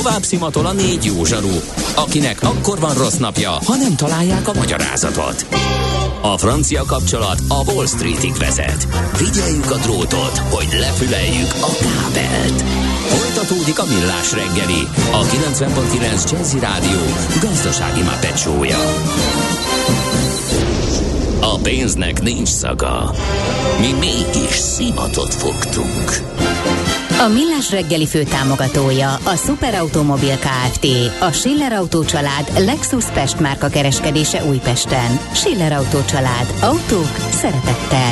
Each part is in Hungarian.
tovább szimatol a 4 jó zsaru, akinek akkor van rossz napja, ha nem találják a magyarázatot. A francia kapcsolat a Wall Streetig vezet. Figyeljük a drótot, hogy lefüleljük a kábelt. Folytatódik a Millás reggeli, a 90.9 Jazzy Rádió gazdasági mápecsója. A pénznek nincs szaga. Mi mégis szimatot fogtunk. A Millás reggeli főtámogatója a Superautomobil Kft. A Schiller Autó család Lexus Pest márka kereskedése Újpesten. Schiller Autó család. Autók szeretettel.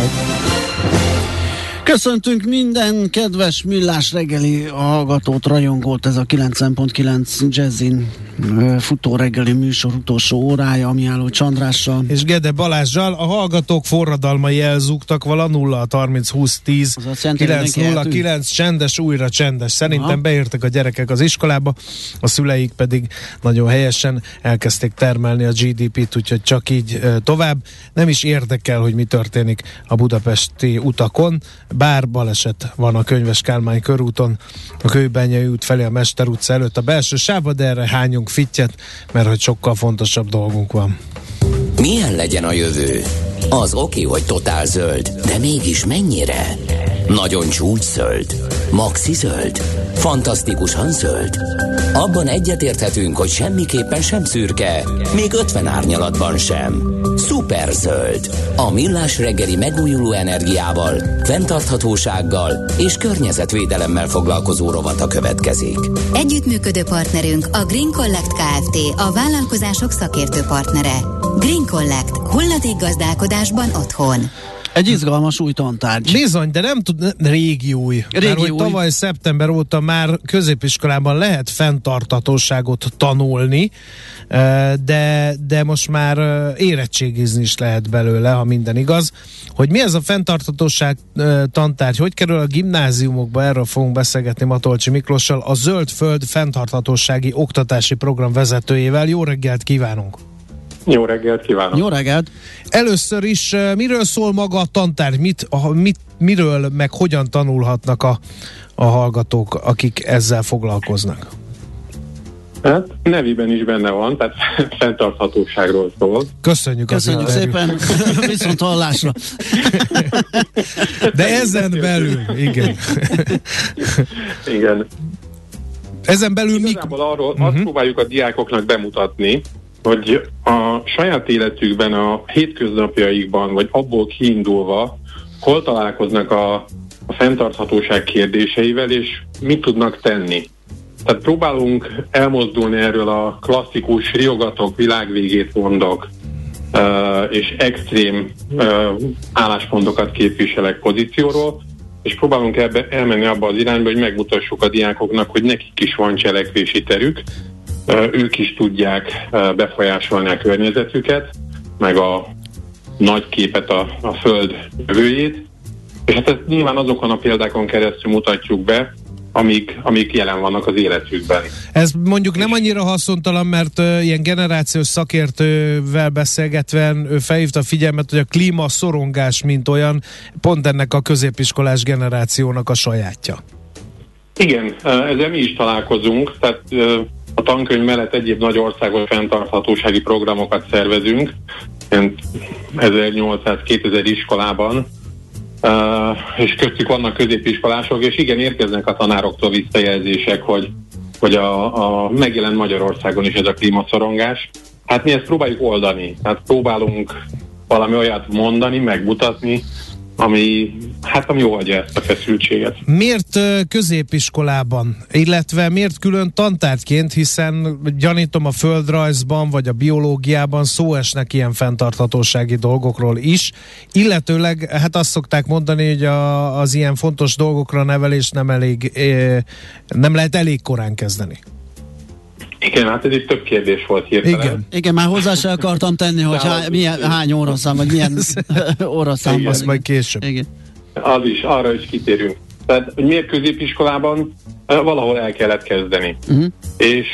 Köszöntünk minden kedves Millás reggeli hallgatót, rajongót, ez a 90.9 Jazzin futó reggeli műsor utolsó órája, Mihály Csandrással. És Gede Balázsral. A hallgatók forradalmai elzúgtak vala 0-30-20-10 909 csendes, újra csendes. Szerintem beértek a gyerekek az iskolába, a szüleik pedig nagyon helyesen elkezdték termelni a GDP-t, úgyhogy csak így tovább. Nem is érdekel, hogy mi történik a budapesti utakon, bár baleset van a Könyves Kálmán körúton, a Kőbenyei út felé a Mester utca előtt a belső sávba, de erre hányunk fittyet, mert hogy sokkal fontosabb dolgunk van. Milyen legyen a jövő? Az oké, hogy totál zöld, de mégis mennyire? Nagyon csúcs zöld? Maxi zöld? Fantasztikusan zöld? Abban egyetérthetünk, hogy semmiképpen sem szürke, még 50 árnyalatban sem. Szuper zöld. A Millás reggeli megújuló energiával, fenntarthatósággal és környezetvédelemmel foglalkozó rovata következik. Együttműködő partnerünk a Green Collect Kft. A vállalkozások szakértő partnere. Green Collect. Hulladékgazdálkodásban otthon. Egy izgalmas új tantárgy. Bizony, de nem tud, régi új. Mert hogy tavaly szeptember óta már középiskolában lehet fenntarthatóságot tanulni, de most már érettségizni is lehet belőle, ha minden igaz. Hogy mi ez a fenntarthatóság tantárgy, hogy kerül a gimnáziumokba, erről fogunk beszélgetni Matolcsi Miklóssal, a Zöld Föld fenntarthatósági oktatási program vezetőjével. Jó reggelt kívánunk! Jó reggelt kívánok! Jó reggelt! Először is miről szól maga a tantárgy? Miről, meg hogyan tanulhatnak a hallgatók, akik ezzel foglalkoznak? Hát nevében is benne van, tehát fenntarthatóságról szól. Köszönjük szépen, viszont hallásra. De ezen belül, igen. Igen. Ezen belül igazából arról azt próbáljuk a diákoknak bemutatni, hogy a saját életükben, a hétköznapjaikban, vagy abból kiindulva, hol találkoznak a fenntarthatóság kérdéseivel, és mit tudnak tenni. Tehát próbálunk elmozdulni erről a klasszikus riogatok, világvégét mondok, és extrém álláspontokat képviselek pozícióról, és próbálunk elmenni abba az irányba, hogy megmutassuk a diákoknak, hogy nekik is van cselekvési terük, ők is tudják befolyásolni a környezetüket, meg a nagy képet, a föld jövőjét, és hát ezt nyilván azokon a példákon keresztül mutatjuk be, amik jelen vannak az életükben. Ez mondjuk nem annyira haszontalan, mert ilyen generációs szakértővel beszélgetve ő felhívta a figyelmet, hogy a klímaszorongás mint olyan pont ennek a középiskolás generációnak a sajátja. Igen, ezzel mi is találkozunk, tehát a tankönyv mellett egyéb nagy országos fenntarthatósági programokat szervezünk, 1800-2000 iskolában, és köztük vannak középiskolások, és igen, érkeznek a tanároktól visszajelzések, hogy a megjelent Magyarországon is ez a klímaszorongás. Hát mi ezt próbáljuk oldani, tehát próbálunk valami olyat mondani, megmutatni, ami oldja ezt a feszültséget. Miért középiskolában, illetve miért külön tantárgyként, hiszen gyanítom a földrajzban vagy a biológiában szó esnek ilyen fenntarthatósági dolgokról is, illetőleg hát azt szokták mondani, hogy az ilyen fontos dolgokra a nevelés nem lehet elég korán kezdeni. Igen, hát ez itt több kérdés volt hirtelen. Igen, már hozzá se akartam tenni, hogy hány óraszám, vagy milyen óraszámban. Ezt majd később. Igen. Arra is kitérünk. Tehát, hogy miért középiskolában valahol el kellett kezdeni. És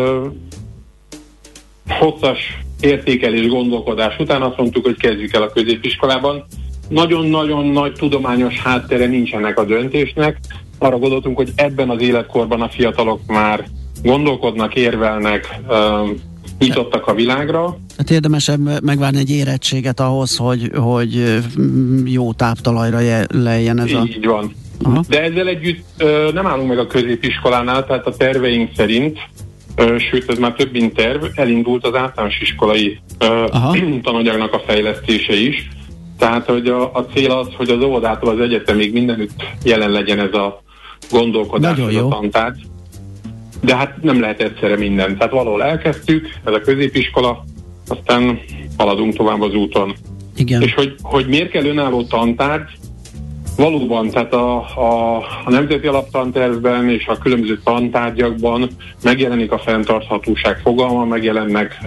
hosszas értékelés, gondolkodás után azt mondtuk, hogy kezdjük el a középiskolában. Nagyon-nagyon nagy tudományos háttere nincsenek a döntésnek. Arra gondoltunk, hogy ebben az életkorban a fiatalok már gondolkodnak, érvelnek, nyitottak a világra. Hát érdemesebb megvárni egy érettséget ahhoz, hogy jó táptalajra lejjen ez Így van. Aha. De ezzel együtt nem állunk meg a középiskolánál, tehát a terveink szerint, sőt ez már több mint terv, elindult az általános iskolai tananyagnak a fejlesztése is. Tehát hogy a cél az, hogy az óvodától az egyetemig mindenütt jelen legyen ez a gondolkodás, ez a tantárgy. De hát nem lehet egyszerre minden. Tehát valahol elkezdtük, ez a középiskola, aztán haladunk tovább az úton. Igen. És hogy miért kell önálló tantárgy? Valóban, tehát a nemzeti alaptantervben és a különböző tantárgyakban megjelenik a fenntarthatóság fogalma, megjelennek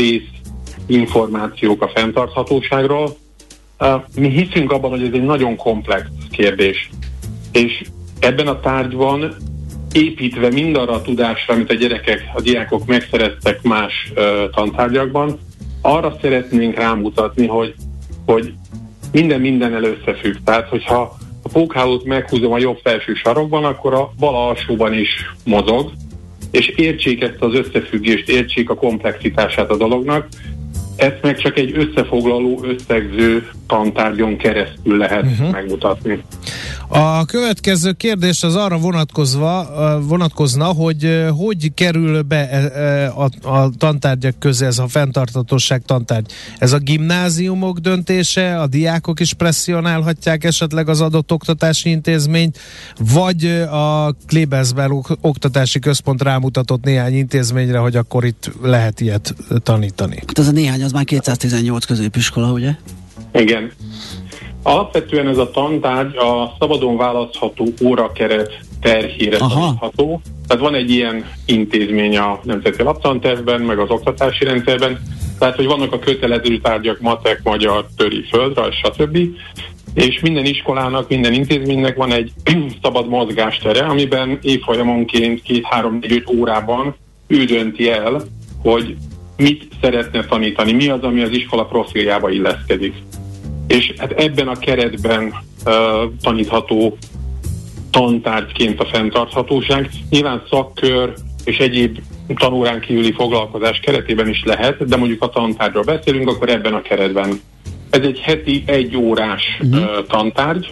információk a fenntarthatóságról. Mi hiszünk abban, hogy ez egy nagyon komplex kérdés. És ebben a tárgyban építve mindarra a tudásra, amit a diákok megszereztek más tantárgyakban, arra szeretnénk rámutatni, hogy mindennel összefügg. Tehát, hogyha a pókhálót meghúzom a jobb felső sarokban, akkor a bal alsóban is mozog, és értsék ezt az összefüggést, értsék a komplexitását a dolognak. Ezt meg csak egy összefoglaló, összegző tantárgyon keresztül lehet megmutatni. A következő kérdés az arra vonatkozna, hogy kerül be a tantárgyak közé ez a fenntarthatóság tantárgy. Ez a gimnáziumok döntése, a diákok is presszionálhatják esetleg az adott oktatási intézményt, vagy a Klebersberg oktatási központ rámutatott néhány intézményre, hogy akkor itt lehet ilyet tanítani. Hát ez a néhány, az már 218 középiskola, ugye? Igen. Alapvetően ez a tantárgy a szabadon választható órakeret terhére tanítható. Tehát van egy ilyen intézmény a Nemzeti Alaptantervben, meg az oktatási rendszerben. Tehát, hogy vannak a kötelező tárgyak, matek, magyar, töri, földrajz, stb. És minden iskolának, minden intézménynek van egy szabad mozgástere, amiben évfolyamonként 2-3-4-5 órában ő dönti el, hogy mit szeretne tanítani, mi az, ami az iskola profiljába illeszkedik. És hát ebben a keretben tanítható tantárgyként a fenntarthatóság. Nyilván szakkör és egyéb tanórán kívüli foglalkozás keretében is lehet, de mondjuk a tantárgyról beszélünk, akkor ebben a keretben. Ez egy heti 1 órás tantárgy,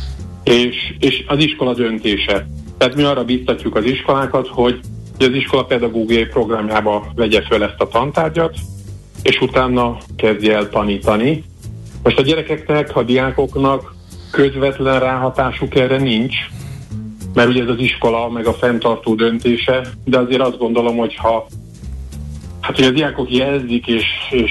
és az iskola döntése. Tehát mi arra biztatjuk az iskolákat, hogy az iskola pedagógiai programjába vegye föl ezt a tantárgyat, és utána kezdje el tanítani. Most a gyerekeknek, a diákoknak közvetlen ráhatásuk erre nincs, mert ugye ez az iskola meg a fenntartó döntése, de azért azt gondolom, hogy hogy a diákok jelzik, és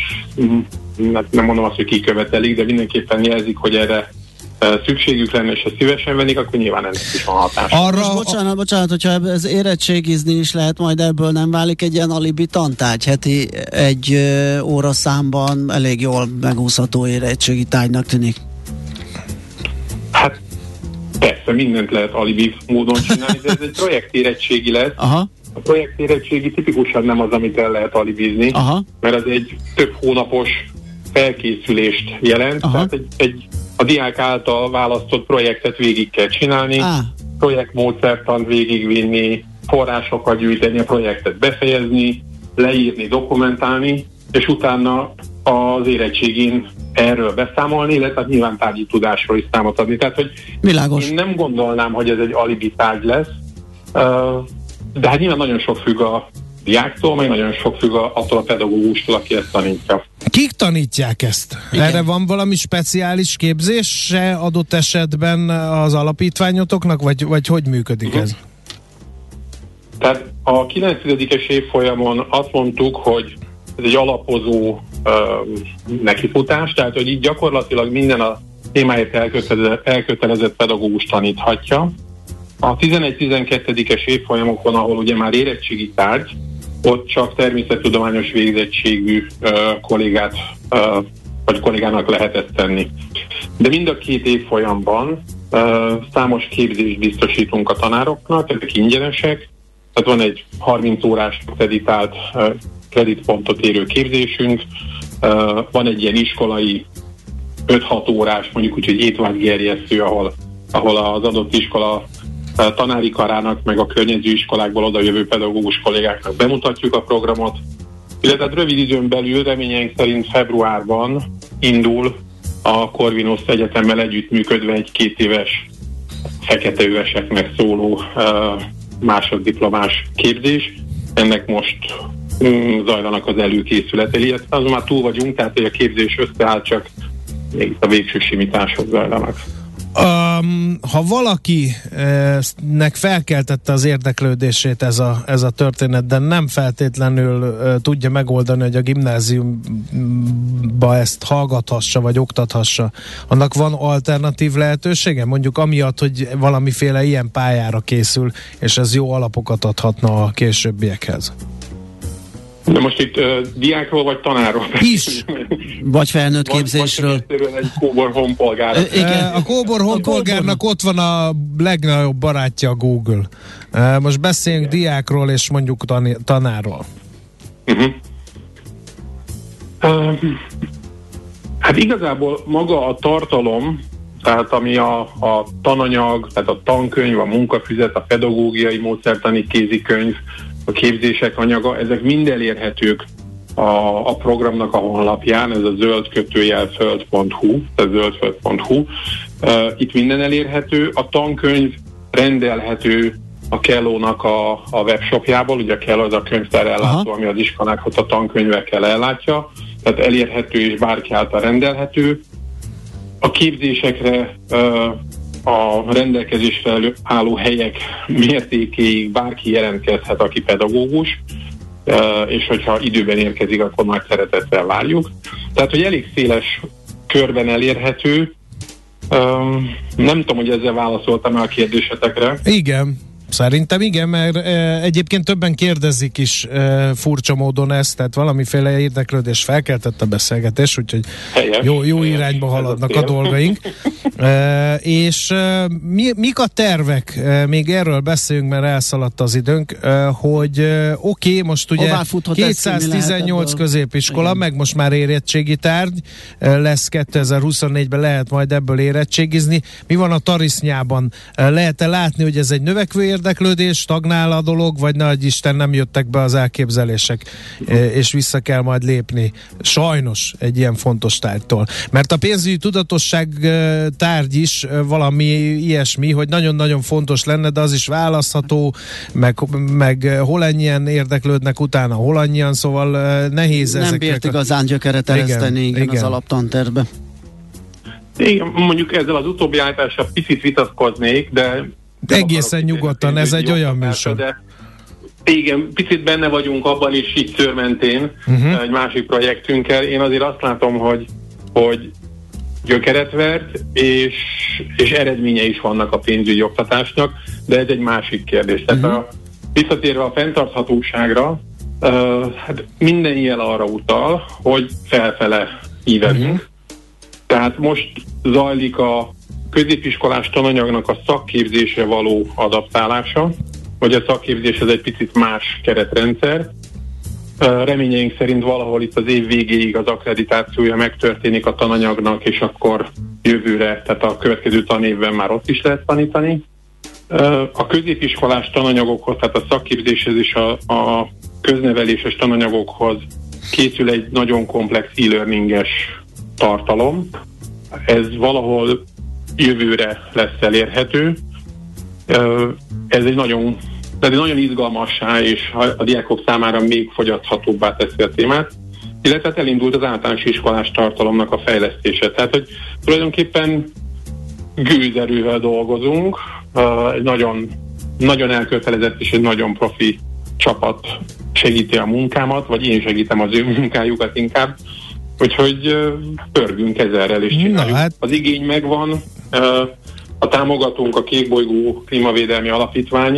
nem mondom azt, hogy kikövetelik, de mindenképpen jelzik, hogy erre szükségük lenne, és ezt szívesen vennék, akkor nyilván ennek is van hatás. Bocsánat, hogyha ez érettségizni is lehet, majd ebből nem válik egy ilyen alibi tantárgy, heti 1 óra számban elég jól megúszható érettségi tárgynak tűnik. Hát persze, mindent lehet alibi módon csinálni, de ez egy projektérettségi lesz. Aha. A projektérettségi tipikusan nem az, amit el lehet alibizni, mert az egy több hónapos felkészülést jelent, tehát a diák által választott projektet végig kell csinálni, projektmódszertant végigvinni, forrásokat gyűjteni, a projektet befejezni, leírni, dokumentálni, és utána az érettségén erről beszámolni, illetve nyilván tárgyi tudásról is számot adni. Tehát, hogy világos. Én nem gondolnám, hogy ez egy alibi tárgy lesz, de hát nyilván nagyon sok függ a diáktól, meg nagyon sok függ attól a pedagógustól, aki ezt tanítja. Kik tanítják ezt? Igen. Erre van valami speciális képzése adott esetben az alapítványotoknak, vagy hogy működik ez? Tehát a 9-es évfolyamon azt mondtuk, hogy ez egy alapozó nekifutás, tehát hogy így gyakorlatilag minden a témáért elkötelezett pedagógus taníthatja. A 11-12-es évfolyamokon, ahol ugye már érettségi tárgy, ott csak természettudományos végzettségű kollégát vagy kollégának lehet ezt tenni. De mind a 2 évfolyamban számos képzést biztosítunk a tanároknak, ezek ingyenesek, tehát van egy 30 órás kreditált kreditpontot érő képzésünk, van egy ilyen iskolai 5-6 órás, mondjuk úgy, hogy étvágygerjesztő, ahol az adott iskola tanári karának, meg a környező iskolákból odajövő pedagógus kollégáknak bemutatjuk a programot, illetve rövid időn belül, reményeink szerint februárban indul a Corvinus Egyetemmel együttműködve egy 2 éves feketeöveseknek szóló másoddiplomás képzés. Ennek most zajlanak az előkészületei, illetve azon már túl vagyunk, tehát hogy a képzés összeáll, csak még a végső simítások zajlanak. Ha valakinek felkeltette az érdeklődését ez a történet, de nem feltétlenül tudja megoldani, hogy a gimnáziumba ezt hallgathassa, vagy oktathassa, annak van alternatív lehetősége? Mondjuk amiatt, hogy valamiféle ilyen pályára készül, és ez jó alapokat adhatna a későbbiekhez. De most itt diákról vagy tanárról? Is. Vagy felnőtt képzésről. Vagy egy kóbor honpolgár. A kóbor honpolgárnak ott van a legnagyobb barátja, a Google. Most beszéljünk diákról és mondjuk tanárról. Hát igazából maga a tartalom, tehát ami a tananyag, tehát a tankönyv, a munkafüzet, a pedagógiai módszertani kézikönyv, a képzések anyaga, ezek mind elérhetők a programnak a honlapján, ez a zöld-föld.hu, tehát zöldföld.hu. Itt minden elérhető, a tankönyv rendelhető a Kellónak a webshopjából, ugye a Kelló az a könyvtárellátó, ami az iskolákhoz a tankönyvekkel ellátja, tehát elérhető és bárki által rendelhető. A képzésekre a rendelkezésre álló helyek mértékéig bárki jelentkezhet, aki pedagógus, és hogyha időben érkezik, akkor nagy szeretettel várjuk. Tehát, hogy elég széles körben elérhető. Nem tudom, hogy ezzel válaszoltam a kérdésetekre. Igen. Szerintem igen, mert egyébként többen kérdezik is furcsa módon ezt, tehát valamiféle érdeklődés felkeltett a beszélgetés, úgyhogy jó irányba haladnak a dolgaink. És mik a tervek? Még erről beszéljünk, mert elszaladt az időnk, hogy most ugye 218 középiskola, igen, meg most már érettségi tárgy lesz 2024-ben, lehet majd ebből érettségizni. Mi van a tarisznyában? Lehet-e látni, hogy ez egy növekvő érdeklődés, stagnál a dolog, vagy nagy Isten nem jöttek be az elképzelések, és vissza kell majd lépni? Sajnos egy ilyen fontos tárgytól. Mert a pénzügyi tudatosság tárgy is valami ilyesmi, hogy nagyon-nagyon fontos lenne, de az is választható, meg hol ennyien érdeklődnek utána, hol annyian, szóval nehéz nem ezekre. Nem bírt igazán gyökeret ereszteni igen, az alaptantervbe. Igen, mondjuk ezzel az utóbbi állítással picit vitatkoznék, de egészen nyugodtan, ez egy olyan műsor. De igen, picit benne vagyunk abban is így szőrmentén, egy másik projektünkkel. Én azért azt látom, hogy gyökeret vert, és eredménye is vannak a pénzügyi oktatásnak, de ez egy másik kérdés. Tehát visszatérve a fenntarthatóságra, hát minden jel arra utal, hogy felfele ívelünk. Tehát most zajlik a középiskolás tananyagnak a szakképzésre való adaptálása, hogy a szakképzés ez egy picit más keretrendszer. Reményeink szerint valahol itt az év végéig az akkreditációja megtörténik a tananyagnak, és akkor jövőre, tehát a következő tanévben már ott is lehet tanítani. A középiskolás tananyagokhoz, tehát a szakképzéshez és a közneveléses tananyagokhoz készül egy nagyon komplex e-learninges tartalom. Ez valahol jövőre lesz elérhető. Ez egy nagyon izgalmassá és a diákok számára még fogyaszthatóbbá teszi a témát, illetve elindult az általános iskolás tartalomnak a fejlesztése. Tehát, hogy tulajdonképpen gőzerővel dolgozunk, egy nagyon, nagyon elkötelezett és egy nagyon profi csapat segíti a munkámat, vagy én segítem az ő munkájukat inkább, úgyhogy pörgünk ezerrel és csináljuk. Az igény megvan, a támogatónk a Kékbolygó Klímavédelmi Alapítvány,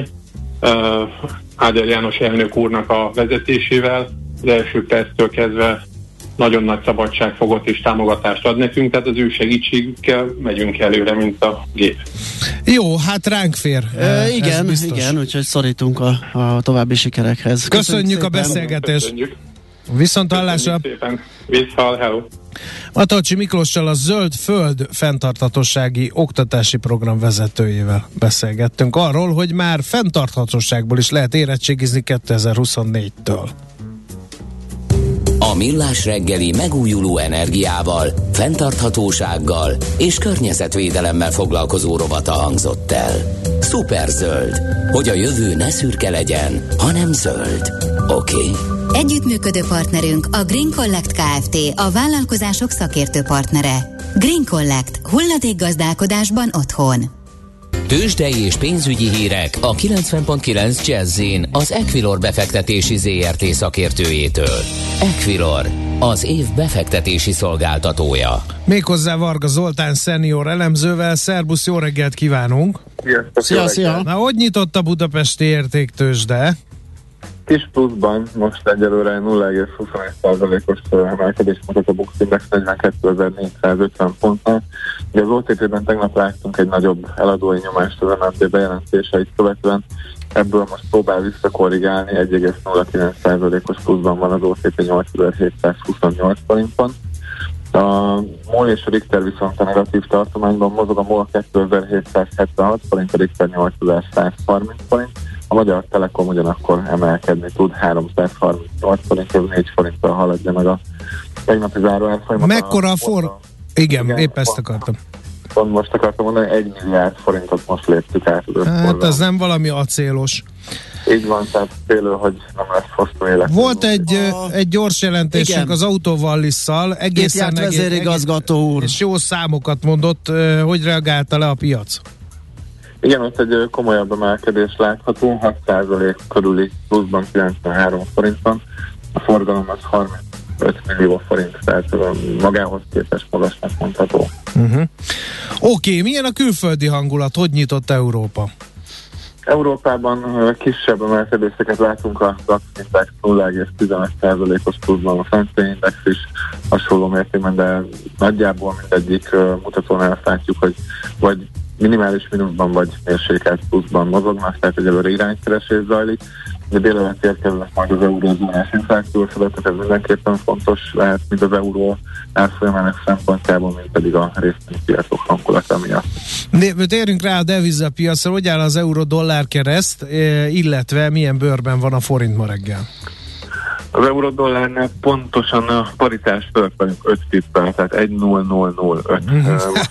Áder János elnök úrnak a vezetésével az első perctől kezdve nagyon nagy szabadságfogot és támogatást ad nekünk, tehát az ő segítségükkel megyünk előre, mint a gép. Jó, hát ránk fér. Igen, úgyhogy szorítunk a további sikerekhez. Köszönjük a beszélgetést. Köszönjük. Viszont hallásra. Hello. Matolcsi Miklóssal, a Zöld Föld fenntarthatósági oktatási program vezetőjével beszélgettünk arról, hogy már fenntarthatóságból is lehet érettségizni 2024-től. A Millás reggeli megújuló energiával, fenntarthatósággal és környezetvédelemmel foglalkozó rovata hangzott el. Szuperzöld, hogy a jövő ne szürke legyen, hanem zöld. Oké? Együttműködő partnerünk a Green Collect Kft., a vállalkozások szakértő partnere. Green Collect. Hulladékgazdálkodásban otthon. Tőzsdei és pénzügyi hírek a 90.9 Jazz-in az Equilor befektetési ZRT szakértőjétől. Equilor, az év befektetési szolgáltatója. Méghozzá Varga Zoltán szenior elemzővel. Szerbusz, jó reggelt kívánunk! Szia! Na, hogy nyitott a budapesti értéktőzsde? Kis pluszban, most egyelőre 0,21%-os emelkedést mutat a Bux Index 42.450 pontnál. Ugye az OTP-ben tegnap láttunk egy nagyobb eladói nyomást az MNB bejelentéseit követően, ebből most próbál visszakorrigálni, 1,09%-os pluszban van az OTP 8728 forinton. A MOL és a Richter viszont a negatív tartományban mozog, a MOL 2776 forint, a Richter 8130 forint. A Magyar Telekom ugyanakkor emelkedni tud, 338 forint, ez 4 forinttal haladja meg a tegnapi záróárfolyamat. Mekkora a Igen, épp ezt akartam. Pont most akartam mondani, 1 milliárd forintot most léptük át. Hát ez nem valami acélos. Így van, tehát félő, hogy nem lesz hosszú élet. Volt egy gyors jelentésünk, igen, az Autovallissal, egészen vezérigazgató úr. És jó számokat mondott, hogy reagálta le a piac. Igen, ott egy komolyabb emelkedés látható, 6% körüli pluszban 93 forinton, a forgalom az 35 millió forint, tehát magához képest magasnak mondható. Oké, milyen a külföldi hangulat? Hogy nyitott Európa? Európában kisebb emelkedéseket látunk, a DAX Index 0,15%-os pluszban, a francia Index is hasonló mértékben, de nagyjából mindegyik mutatónál látjuk, hogy vagy minimális mínuszban vagy mérsékelt pluszban mozognak, tehát egyelőre iránykeresés zajlik, de délelőtt érkeznek majd az eurózónás inflációs adatok, ez mindenképpen fontos lehet, mind az euró árfolyamának szempontjából, mint pedig a részvénypiacok hangulata miatt. Térjünk rá a devizapiacra, hogy áll az euró-dollár kereszt, illetve milyen bőrben van a forint ma reggel? Az euró-dollárnál pontosan a paritás fölött vagyunk 5 tippel, tehát 1.0005.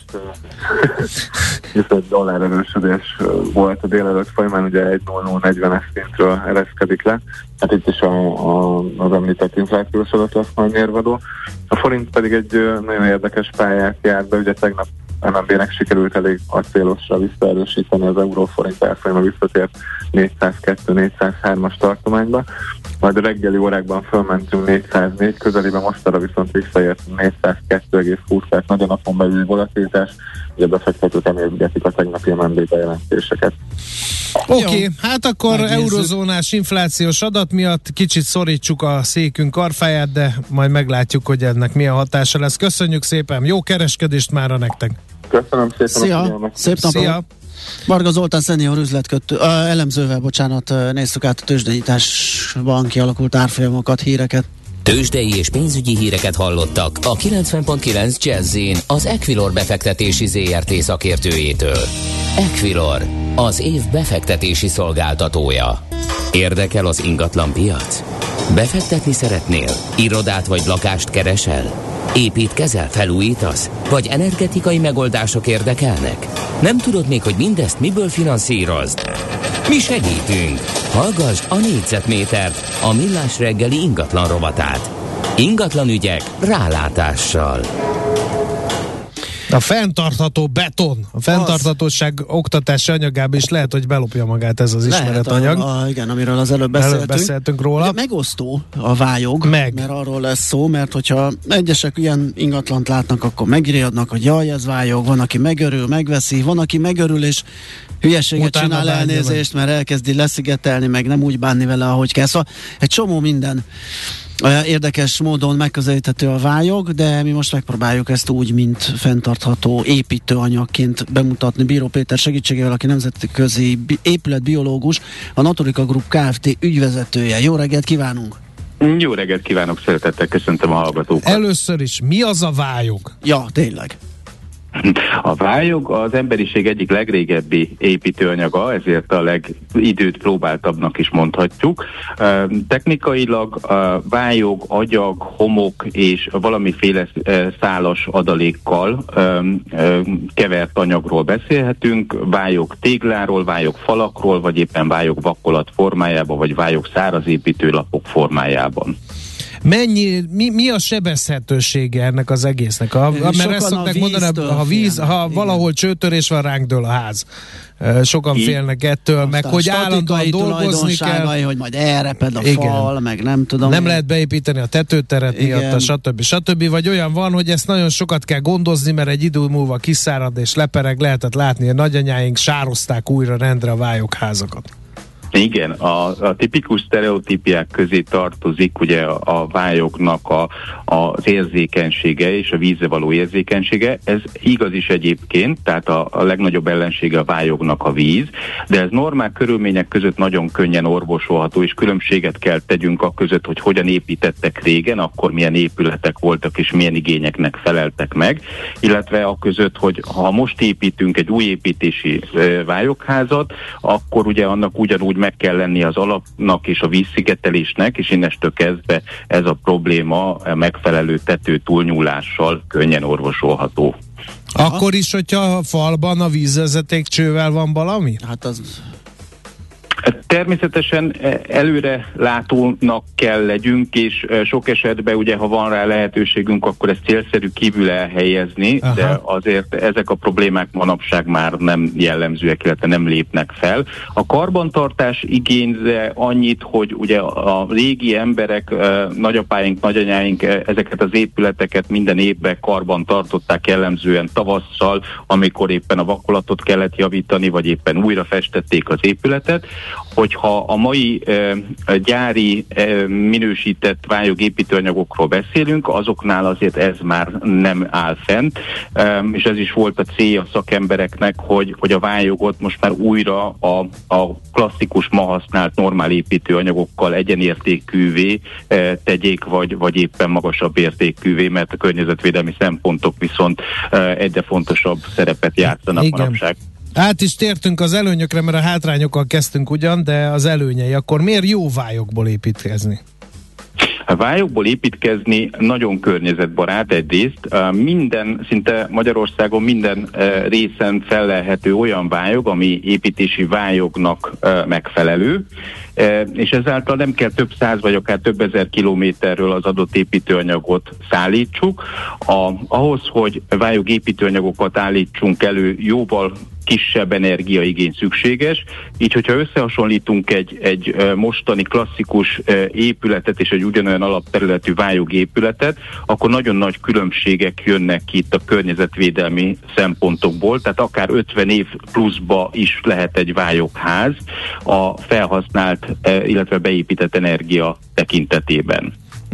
Viszont dollár erősödés volt a délelőtt folyamán, ugye 1.0040-es szintről ereszkedik le. Hát itt is az említett inflációs adat lesz majd mérvadó. A forint pedig egy nagyon érdekes pályát járt be, ugye tegnap MNB-nek sikerült elég acélosra visszaerősíteni az euróforint árfolyama, visszatért 402-403-as tartományba. Majd a reggeli órákban fölmentünk 404 közelébe, mostanra viszont visszaértünk 402,20, tehát nagy a napon belüli volatilitás, ugye befektetők emészgetik a tegnapi MNB bejelentéseket. Oké, hát akkor eurozónás inflációs adat miatt kicsit szorítsuk a székünk karfáját, de majd meglátjuk, hogy ennek milyen hatása lesz. Köszönjük szépen, jó kereskedést mára nektek! Köszönöm szépen! Szia! Szép napot! Szia! Varga Zoltán szenior elemzővel, néztük át a tőzsdenyításban kialakult árfolyamokat, híreket. Tőzsdei és pénzügyi híreket hallottak a 90.9 Jazz-in az Equilor befektetési ZRT szakértőjétől. Equilor, az év befektetési szolgáltatója. Érdekel az ingatlan piac? Befektetni szeretnél? Irodát vagy lakást keresel? Építkezel, felújítasz? Vagy energetikai megoldások érdekelnek? Nem tudod még, hogy mindezt miből finanszírozd? Mi segítünk! Hallgasd a Négyzetmétert, a Millás reggeli ingatlan rovatát. Ingatlan ügyek rálátással. A fenntartható beton, a fenntarthatóság oktatási anyagában is lehet, hogy belopja magát ez az ismeretanyag. Igen, amiről az előbb beszéltünk róla. Ugye megosztó a vályog, mert arról lesz szó, mert hogyha egyesek ilyen ingatlant látnak, akkor megriadnak, hogy jaj, ez vályog, van, aki megörül, megveszi, van, aki megörül, és hülyeséget csinál, elnézést, mert elkezdi leszigetelni, meg nem úgy bánni vele, ahogy kell. Szóval egy csomó minden érdekes módon megközelíthető a vályog, de mi most megpróbáljuk ezt úgy, mint fenntartható építőanyagként bemutatni Bíró Péter segítségével, aki nemzetközi épületbiológus, a Naturika Group Kft. Ügyvezetője. Jó reggelt kívánunk! Jó reggelt kívánok, szeretettel köszöntöm a hallgatókat. Először is, mi az a vályog? Ja, tényleg. A vályog az emberiség egyik legrégebbi építőanyaga, ezért a legidőt próbáltabbnak is mondhatjuk. Technikailag vályog, agyag, homok és valamiféle szálas adalékkal kevert anyagról beszélhetünk. Vályog tégláról, vályog falakról, vagy éppen vályog vakolat formájában, vagy vályog száraz építőlapok formájában. Mi a sebezhetősége ennek az egésznek? Mert ezt szokták mondani, ha valahol csőtörés van, ránk dől a ház. Sokan félnek ettől, aztán meg hogy állandóan dolgozni kell. Hogy majd elreped a fal, meg nem tudom. Nem lehet beépíteni a tetőteret miatt, stb. Vagy olyan van, hogy ezt nagyon sokat kell gondozni, mert egy idő múlva kiszárad és lepereg, lehetett látni, a nagyanyáink sározták újra rendre a vályogházakat. Igen, a tipikus sztereotípiák közé tartozik ugye a vályognak az érzékenysége és a vízre való érzékenysége. Ez igaz is egyébként, tehát a legnagyobb ellensége a vályognak a víz, de ez normál körülmények között nagyon könnyen orvosolható, és különbséget kell tegyünk a között, hogy hogyan építettek régen, akkor milyen épületek voltak és milyen igényeknek feleltek meg, illetve a között, hogy ha most építünk egy új építési vályogházat, akkor ugye annak ugyanúgy meg kell lenni az alapnak és a vízszigetelésnek, és innestől kezdve ez a probléma megfelelő tető túlnyúlással könnyen orvosolható. Akkor is, hogyha a falban a vízvezetékcsővel van valami? Hát az... Természetesen előre látónak kell legyünk, és sok esetben ugye, ha van rá lehetőségünk, akkor ezt célszerű kívül elhelyezni, de azért ezek a problémák manapság már nem jellemzőek, illetve nem lépnek fel. A karbantartás igénye annyit, hogy ugye a régi emberek, nagyapáink, nagyanyáink ezeket az épületeket minden évben karban tartották, jellemzően tavasszal, amikor éppen a vakolatot kellett javítani, vagy éppen újra festették az épületet. Hogyha a mai gyári minősített vályogépítőanyagokról beszélünk, azoknál azért ez már nem áll fent, és ez is volt a célja a szakembereknek, hogy a vályogot most már újra a klasszikus ma használt normál építőanyagokkal egyenértékűvé tegyék, vagy éppen magasabb értékűvé, mert a környezetvédelmi szempontok viszont egyre fontosabb szerepet játszanak manapság. Át is tértünk az előnyökre, mert a hátrányokkal kezdtünk ugyan, de az előnyei. Akkor miért jó vályogból építkezni? A vályogból építkezni nagyon környezetbarát egyrészt. Szinte Magyarországon minden részen fellelhető olyan vályog, ami építési vályognak megfelelő, és ezáltal nem kell több száz vagy akár több ezer kilométerről az adott építőanyagot szállítsuk. Ahhoz, hogy vályog építőanyagokat állítsunk elő, jóval kisebb energiaigény szükséges, így hogyha összehasonlítunk egy mostani klasszikus épületet és egy ugyanolyan alapterületű vályogépületet, akkor nagyon nagy különbségek jönnek ki itt a környezetvédelmi szempontokból, tehát akár 50 év pluszba is lehet egy vályogház a felhasznált, illetve beépített energia tekintetében.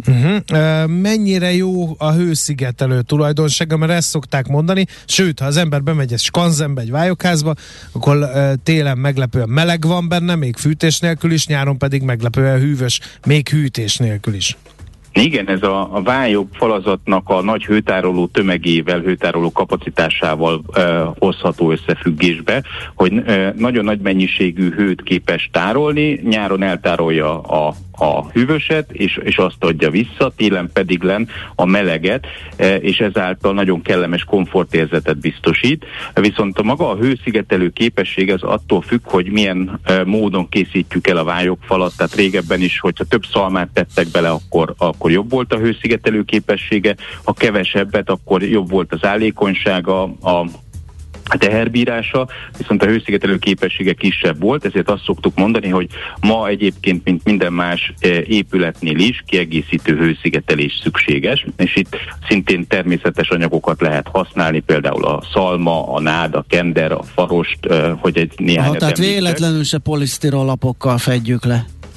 Mennyire jó a hőszigetelő tulajdonsága, mert ezt szokták mondani, sőt, ha az ember bemegy egy skanzenbe, egy vályogházba, akkor télen meglepően meleg van benne, még fűtés nélkül is, nyáron pedig meglepően hűvös, még hűtés nélkül is. Igen, ez a vályog falazatnak a nagy hőtároló tömegével, hőtároló kapacitásával hozható összefüggésbe, hogy nagyon nagy mennyiségű hőt képes tárolni, nyáron eltárolja a hűvöset, és azt adja vissza, télen pedig a meleget, és ezáltal nagyon kellemes komfortérzetet biztosít. Viszont maga a hőszigetelő képesség az attól függ, hogy milyen módon készítjük el a vályogfalat, tehát régebben is, hogyha több szalmát tettek bele, akkor jobb volt a hőszigetelő képessége, ha kevesebbet, akkor jobb volt az állékonysága, a teherbírása, viszont a hőszigetelő képessége kisebb volt, ezért azt szoktuk mondani, hogy ma egyébként, mint minden más épületnél is kiegészítő hőszigetelés szükséges, és itt szintén természetes anyagokat lehet használni, például a szalma, a nád, a kender, a farost, hogy egy néhányat tehát véletlenül se polisztirol lapokkal fedjük le.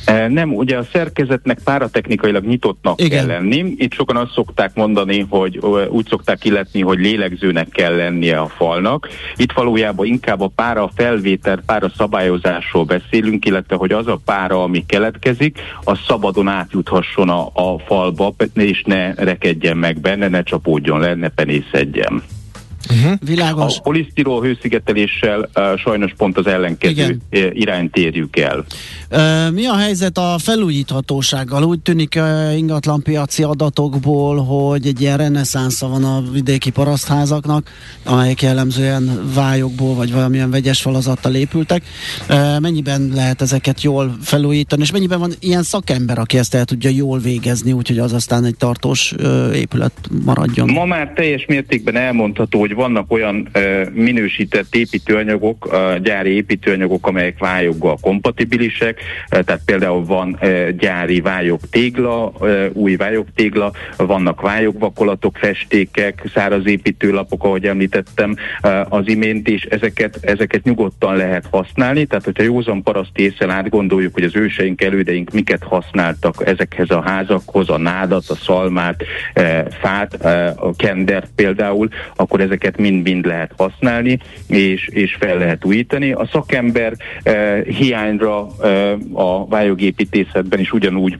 Nem, ugye a szerkezetnek páratechnikailag nyitottnak kell lenni. Itt sokan azt szokták mondani, hogy úgy szokták illetni, hogy lélegzőnek kell lennie a falnak. Itt valójában inkább a pára felvétel, pára szabályozásról beszélünk, illetve hogy az a pára, ami keletkezik, az szabadon átjuthasson a falba, és ne rekedjen meg benne, ne csapódjon le, ne penészedjen. Világos. A polisztirol hőszigeteléssel sajnos pont az ellenkező irányt érjük el. Mi a helyzet a felújíthatósággal? Úgy tűnik ingatlanpiaci adatokból, hogy egy ilyen reneszánsza van a vidéki parasztházaknak, amelyek jellemzően vályokból vagy valamilyen vegyes falazattal épültek. Mennyiben lehet ezeket jól felújítani, és mennyiben van ilyen szakember, aki ezt el tudja jól végezni, úgyhogy az aztán egy tartós épület maradjon? Ma már teljes mértékben elmondható, hogy vannak olyan minősített építőanyagok, gyári építőanyagok, amelyek vályoggal kompatibilisek, tehát például van gyári vályogtégla, új vályogtégla, vannak vályogvakolatok, festékek, száraz építőlapok, ahogy említettem az imént, és ezeket nyugodtan lehet használni, tehát hogyha józan paraszti ésszel átgondoljuk, hogy az őseink, elődeink miket használtak ezekhez a házakhoz, a nádat, a szalmát, fát, a kendert például, akkor ezeket mind-mind lehet használni, és fel lehet újítani. A szakember hiányra a vályogépítészetben is ugyanúgy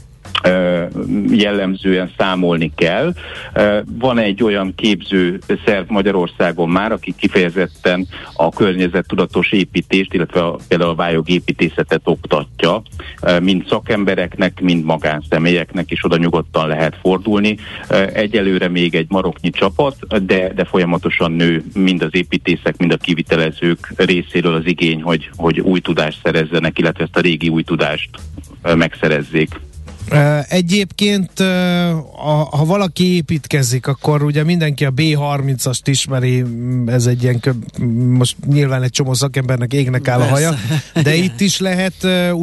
jellemzően számolni kell. Van egy olyan képző szerv Magyarországon már, aki kifejezetten a környezettudatos építést, illetve például a vályogépítészetet oktatja, mind szakembereknek, mind magánszemélyeknek, és oda nyugodtan lehet fordulni. Egyelőre még egy maroknyi csapat, de folyamatosan nő mind az építészek, mind a kivitelezők részéről az igény, hogy új tudást szerezzenek, illetve ezt a régi új tudást megszerezzék. Egyébként, ha valaki építkezik, akkor ugye mindenki a B30-ast ismeri, ez egy ilyen, most nyilván egy csomó szakembernek égnek áll a haja, de itt is lehet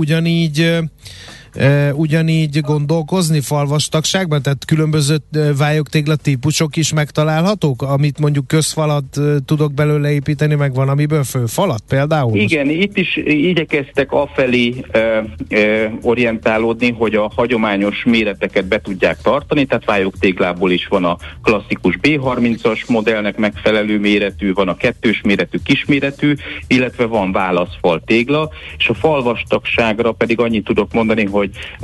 ugyanígy gondolkozni falvastagságban, tehát különböző vályogtégla típusok is megtalálhatók, amit mondjuk közfalat tudok belőle építeni, meg van amiből főfalat például? Igen, itt is igyekeztek afelé orientálódni, hogy a hagyományos méreteket be tudják tartani, tehát vályogtéglából is van a klasszikus B30-as modellnek megfelelő méretű, van a kettős méretű, kisméretű, illetve van válaszfal tégla, és a falvastagságra pedig annyit tudok mondani, hogy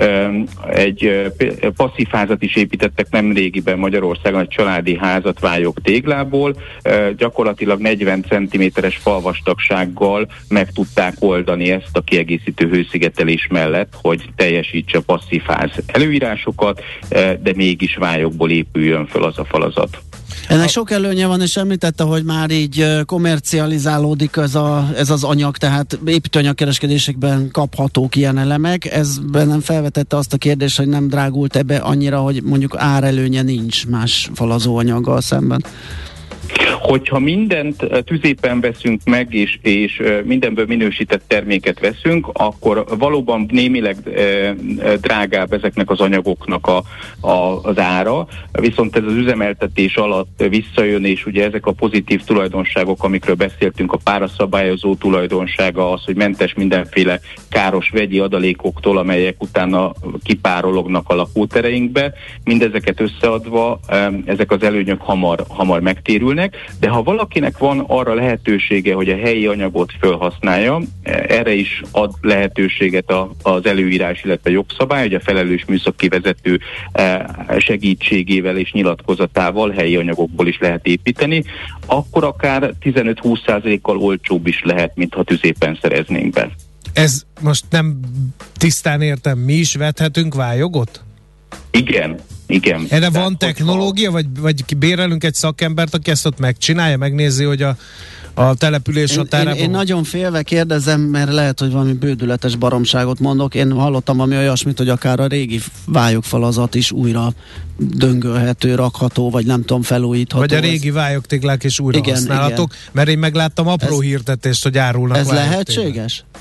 egy passzív házat is építettek nemrégiben Magyarországon, egy családi házat vályogtéglából, gyakorlatilag 40 cm-es falvastagsággal meg tudták oldani ezt a kiegészítő hőszigetelés mellett, hogy teljesítse a passzív ház előírásokat, de mégis vályogból épüljön föl az a falazat. Ennek sok előnye van, és említette, hogy már így komercializálódik ez az anyag, tehát építőanyagkereskedésekben kaphatók ilyen elemek. Ez bennem felvetette azt a kérdést, hogy nem drágult ebbe annyira, hogy mondjuk árelőnye nincs más falazóanyaggal szemben. Hogyha mindent tüzépen veszünk meg, és mindenből minősített terméket veszünk, akkor valóban némileg drágább ezeknek az anyagoknak az ára, viszont ez az üzemeltetés alatt visszajön, és ugye ezek a pozitív tulajdonságok, amikről beszéltünk, a páraszabályozó tulajdonsága az, hogy mentes mindenféle káros vegyi adalékoktól, amelyek utána kipárolognak a lakótereinkbe, mindezeket összeadva ezek az előnyök hamar megtérülnek, de ha valakinek van arra lehetősége, hogy a helyi anyagot felhasználja, erre is ad lehetőséget az előírás, illetve jogszabály, hogy a felelős műszaki vezető segítségével és nyilatkozatával helyi anyagokból is lehet építeni, akkor akár 15-20%-kal olcsóbb is lehet, mintha tüzépen szereznénk be. Ez most nem tisztán értem, mi is vethetünk vályogot? Igen. Erre van technológia, vagy bérelünk egy szakembert, aki ezt ott megcsinálja, megnézi, hogy a település határában... Én nagyon félve kérdezem, mert lehet, hogy valami bődületes baromságot mondok. Én hallottam valami olyasmit, hogy akár a régi vályogfalazat is újra döngölhető, rakható, vagy nem tudom, felújítható. Vagy a régi vályogtéglák is újra használhatók, mert én megláttam apró hirdetést, hogy árulnak ez lehetséges?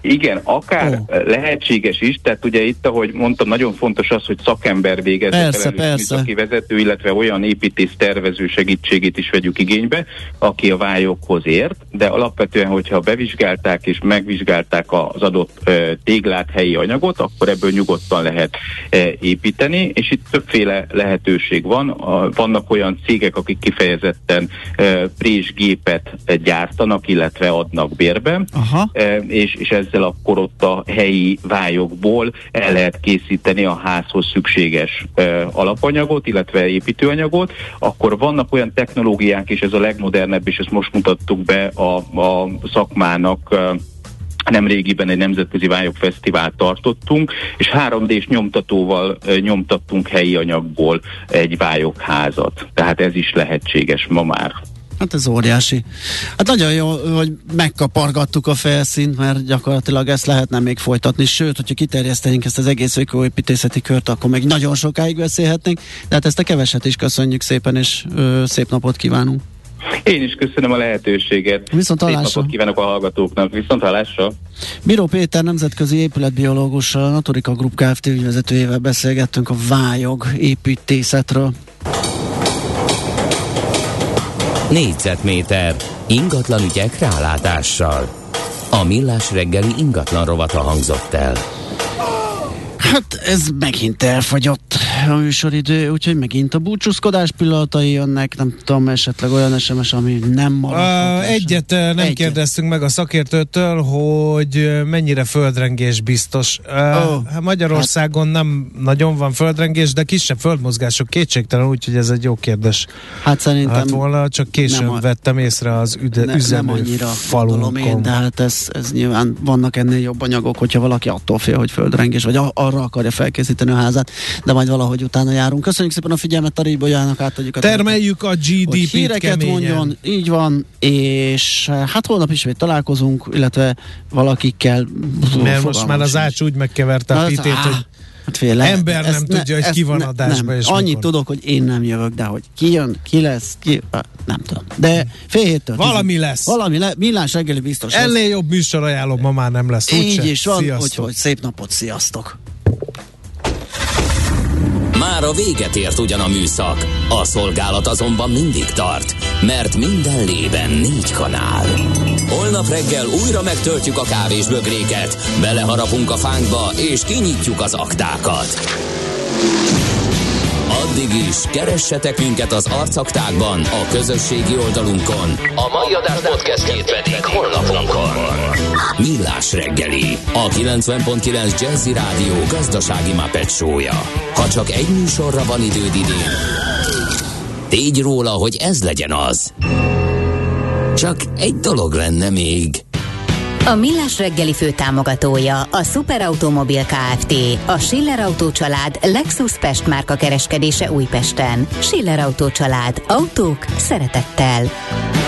Igen, akár lehetséges is, tehát ugye itt, ahogy mondtam, nagyon fontos az, hogy szakember végezze műszaki vezető, illetve olyan építész tervező segítségét is vegyük igénybe, aki a vályokhoz ért, de alapvetően, hogyha bevizsgálták és megvizsgálták az adott téglát, helyi anyagot, akkor ebből nyugodtan lehet építeni, és itt többféle lehetőség van. Vannak olyan cégek, akik kifejezetten présgépet gyártanak, illetve adnak bérbe, és ezzel akkor ott a helyi vályokból el lehet készíteni a házhoz szükséges alapanyagot, illetve építőanyagot. Akkor vannak olyan technológiák, és ez a legmodernebb, és ezt most mutattuk be a szakmának. Nemrégiben egy nemzetközi vályogfesztivált tartottunk, és 3D-s nyomtatóval nyomtattunk helyi anyagból egy vályogházat. Tehát ez is lehetséges ma már. Hát ez óriási. Hát nagyon jó, hogy megkapargattuk a felszínt, mert gyakorlatilag ezt lehetne még folytatni, sőt, hogyha kiterjesztenénk ezt az egész ökoépítészeti kört, akkor még nagyon sokáig beszélhetnénk, de hát ezt a keveset is köszönjük szépen, és szép napot kívánunk. Én is köszönöm a lehetőséget. Szép napot kívánok a hallgatóknak. Viszonthallásra. Bíró Péter nemzetközi épületbiológus, a Naturika Group Kft. Ügyvezetőjével beszélgettünk a vályog építészetről. Négyzetméter ingatlan ügyek rálátással. A Millás reggeli ingatlan rovata hangzott el. Hát ez megint elfogyott a műsoridő, úgyhogy megint a búcsúzkodás pillanatai jönnek, nem tudom, esetleg olyan SMS, ami nem maradt. Egyet nem kérdeztünk meg a szakértőtől, hogy mennyire földrengés biztos. Magyarországon nem nagyon van földrengés, de kisebb földmozgások kétségtelen, úgyhogy ez egy jó kérdés. Hát szerintem hát volna, csak későn vettem észre az üzenő falunkon. De hát ez nyilván vannak ennél jobb anyagok, hogyha valaki attól fél, hogy földrengés, vagy arra akarja felkészíteni a házát, de majd valahogy utána járunk. Köszönjük szépen a figyelmet, a Rébolyának átadjuk a termeljük a GDP-t híreket mondjon, így van, és hát holnap ismét találkozunk, illetve valakikkel. Mert most már az Ács úgy megkeverte a pitét, hogy ember nem tudja, hogy ki van adásban. És annyit mikor. Tudok, hogy én nem jövök, de hogy ki jön, ki lesz, nem tudom. De fél héttől. Valami lesz. Millás reggeli biztos. Ennél jobb műsor ajánlom, ma már nem lesz. Így is van, hogy szép napot, sziasztok. Már a véget ért ugyan a műszak, a szolgálat azonban mindig tart, mert minden lében 4 kanál. Holnap reggel újra megtöltjük a kávésbögréket, beleharapunk a fánkba és kinyitjuk az aktákat. Addig is keressetek minket az arcaktákban, a közösségi oldalunkon. A mai adás podcastjét pedig honlapunkon. Millás reggeli, a 90.9 Jazzy Rádió gazdasági Muppet show-ja. Ha csak egy műsorra van időd idén, tégy róla, hogy ez legyen az. Csak egy dolog lenne még. A Millás reggeli főtámogatója a Superautomobil Kft. A Schiller Autó család Lexus Pest márka kereskedése Újpesten. Schiller Autó család. Autók szeretettel.